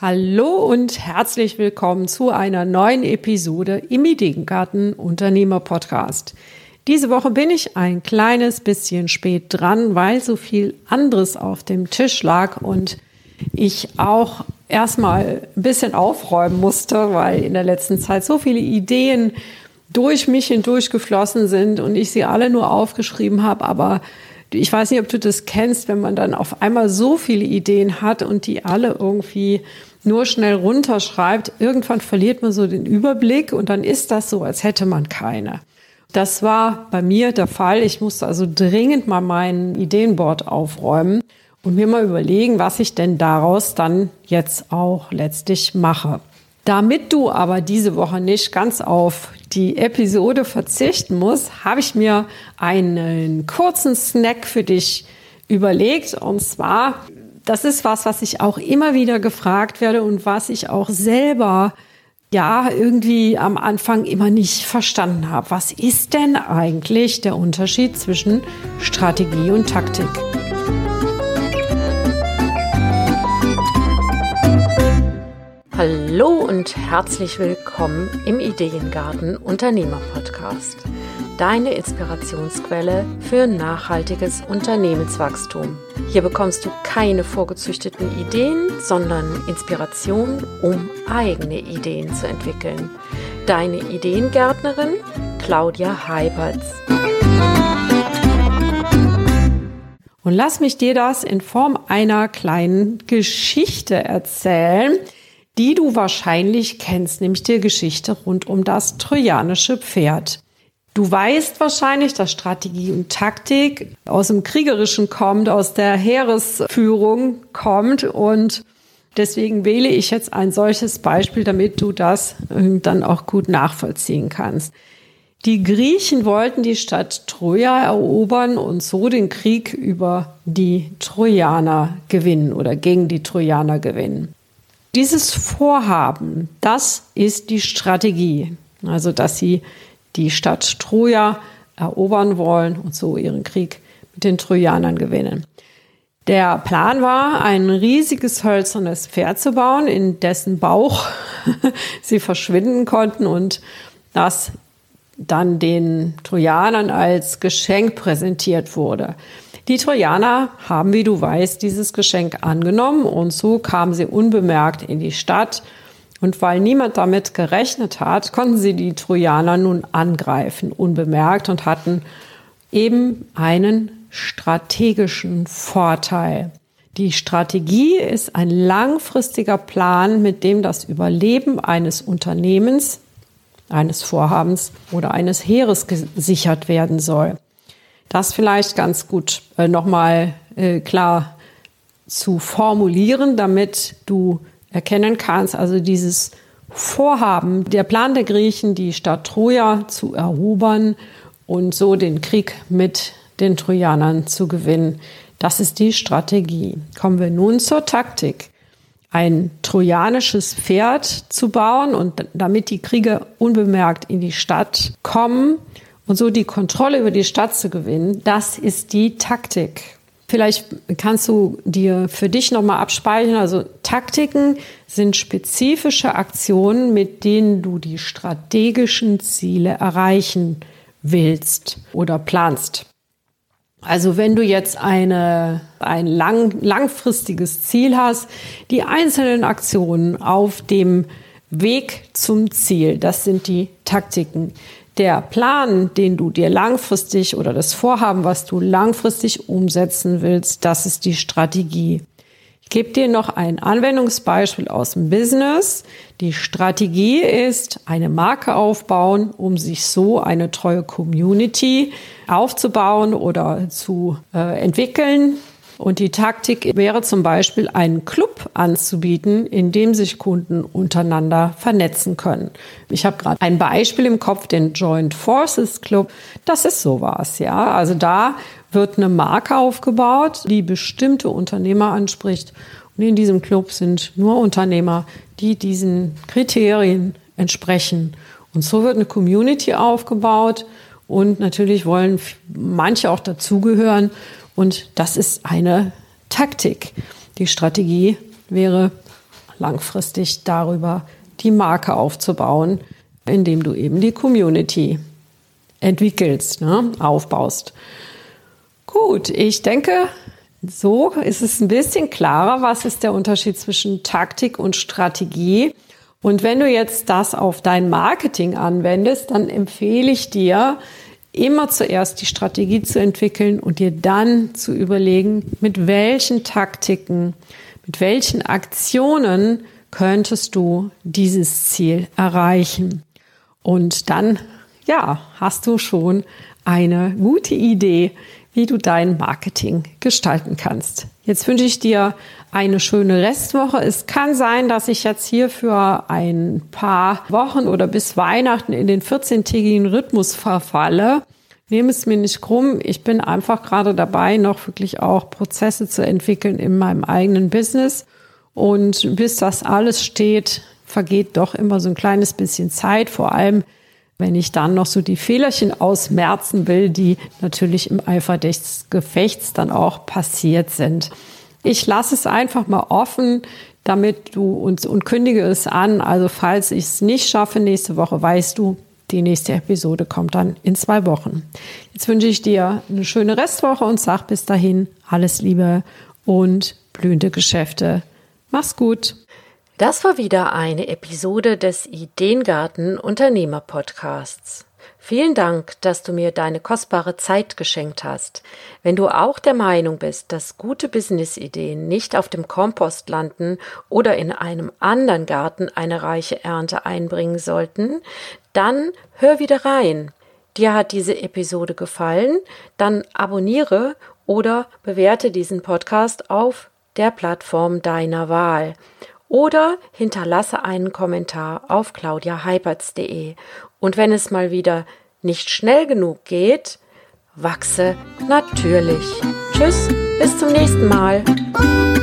Hallo und herzlich willkommen zu einer neuen Episode im Ideengarten Unternehmer Podcast. Diese Woche bin ich ein kleines bisschen spät dran, weil so viel anderes auf dem Tisch lag und ich auch erstmal ein bisschen aufräumen musste, weil in der letzten Zeit so viele Ideen durch mich hindurch geflossen sind und ich sie alle nur aufgeschrieben habe, aber ich weiß nicht, ob du das kennst, wenn man dann auf einmal so viele Ideen hat und die alle irgendwie nur schnell runterschreibt. Irgendwann verliert man so den Überblick und dann ist das so, als hätte man keine. Das war bei mir der Fall. Ich musste also dringend mal mein Ideenboard aufräumen und mir mal überlegen, was ich denn daraus dann jetzt auch letztlich mache. Damit du aber diese Woche nicht ganz auf die Episode verzichten musst, habe ich mir einen kurzen Snack für dich überlegt. Und zwar, das ist was ich auch immer wieder gefragt werde und was ich auch selber irgendwie am Anfang immer nicht verstanden habe. Was ist denn eigentlich der Unterschied zwischen Strategie und Taktik? Hallo und herzlich willkommen im Ideengarten Unternehmer Podcast. Deine Inspirationsquelle für nachhaltiges Unternehmenswachstum. Hier bekommst du keine vorgezüchteten Ideen, sondern Inspiration, um eigene Ideen zu entwickeln. Deine Ideengärtnerin Claudia Heiberts. Und lass mich dir das in Form einer kleinen Geschichte erzählen, die du wahrscheinlich kennst, nämlich die Geschichte rund um das trojanische Pferd. Du weißt wahrscheinlich, dass Strategie und Taktik aus dem Kriegerischen kommt, aus der Heeresführung kommt und deswegen wähle ich jetzt ein solches Beispiel, damit du das dann auch gut nachvollziehen kannst. Die Griechen wollten die Stadt Troja erobern und so den Krieg über die Trojaner gewinnen oder gegen die Trojaner gewinnen. Dieses Vorhaben, das ist die Strategie, also dass sie die Stadt Troja erobern wollen und so ihren Krieg mit den Trojanern gewinnen. Der Plan war, ein riesiges hölzernes Pferd zu bauen, in dessen Bauch sie verschwinden konnten und das dann den Trojanern als Geschenk präsentiert wurde. Die Trojaner haben, wie du weißt, dieses Geschenk angenommen und so kamen sie unbemerkt in die Stadt. Und weil niemand damit gerechnet hat, konnten sie die Trojaner nun angreifen, unbemerkt und hatten eben einen strategischen Vorteil. Die Strategie ist ein langfristiger Plan, mit dem das Überleben eines Unternehmens, eines Vorhabens oder eines Heeres gesichert werden soll. Das vielleicht ganz gut nochmal klar zu formulieren, damit du erkennen kannst, also dieses Vorhaben, der Plan der Griechen, die Stadt Troja zu erobern und so den Krieg mit den Trojanern zu gewinnen. Das ist die Strategie. Kommen wir nun zur Taktik. Ein trojanisches Pferd zu bauen und damit die Krieger unbemerkt in die Stadt kommen und so die Kontrolle über die Stadt zu gewinnen, das ist die Taktik. Vielleicht kannst du dir für dich nochmal abspeichern. Also Taktiken sind spezifische Aktionen, mit denen du die strategischen Ziele erreichen willst oder planst. Also wenn du jetzt ein langfristiges Ziel hast, die einzelnen Aktionen auf dem Weg zum Ziel, das sind die Taktiken. Der Plan, den du dir langfristig oder das Vorhaben, was du langfristig umsetzen willst, das ist die Strategie. Ich gebe dir noch ein Anwendungsbeispiel aus dem Business. Die Strategie ist, eine Marke aufbauen, um sich so eine treue Community aufzubauen oder zu entwickeln. Und die Taktik wäre zum Beispiel, einen Club anzubieten, in dem sich Kunden untereinander vernetzen können. Ich habe gerade ein Beispiel im Kopf, den Joint Forces Club. Das ist sowas, ja. Also da wird eine Marke aufgebaut, die bestimmte Unternehmer anspricht. Und in diesem Club sind nur Unternehmer, die diesen Kriterien entsprechen. Und so wird eine Community aufgebaut. Und natürlich wollen manche auch dazugehören. Und das ist eine Taktik. Die Strategie wäre langfristig darüber die Marke aufzubauen, indem du eben die Community entwickelst, aufbaust. Gut, ich denke, so ist es ein bisschen klarer, was ist der Unterschied zwischen Taktik und Strategie. Und wenn du jetzt das auf dein Marketing anwendest, dann empfehle ich dir, immer zuerst die Strategie zu entwickeln und dir dann zu überlegen, mit welchen Taktiken, mit welchen Aktionen könntest du dieses Ziel erreichen. Und dann, hast du schon eine gute Idee, wie du dein Marketing gestalten kannst. Jetzt wünsche ich dir eine schöne Restwoche. Es kann sein, dass ich jetzt hier für ein paar Wochen oder bis Weihnachten in den 14-tägigen Rhythmus verfalle. Nehme es mir nicht krumm. Ich bin einfach gerade dabei, noch wirklich auch Prozesse zu entwickeln in meinem eigenen Business. Und bis das alles steht, vergeht doch immer so ein kleines bisschen Zeit. Vor allem, wenn ich dann noch so die Fehlerchen ausmerzen will, die natürlich im Eifer des Gefechts dann auch passiert sind. Ich lasse es einfach mal offen, damit du und kündige es an. Also falls ich es nicht schaffe nächste Woche, weißt du, die nächste Episode kommt dann in 2 Wochen. Jetzt wünsche ich dir eine schöne Restwoche und sag bis dahin alles Liebe und blühende Geschäfte. Mach's gut. Das war wieder eine Episode des Ideengarten Unternehmer Podcasts. Vielen Dank, dass du mir deine kostbare Zeit geschenkt hast. Wenn du auch der Meinung bist, dass gute Business-Ideen nicht auf dem Kompost landen oder in einem anderen Garten eine reiche Ernte einbringen sollten, dann hör wieder rein. Dir hat diese Episode gefallen? Dann abonniere oder bewerte diesen Podcast auf der Plattform deiner Wahl. Oder hinterlasse einen Kommentar auf claudiaheipertz.de. Und wenn es mal wieder nicht schnell genug geht, wachse natürlich. Tschüss, bis zum nächsten Mal.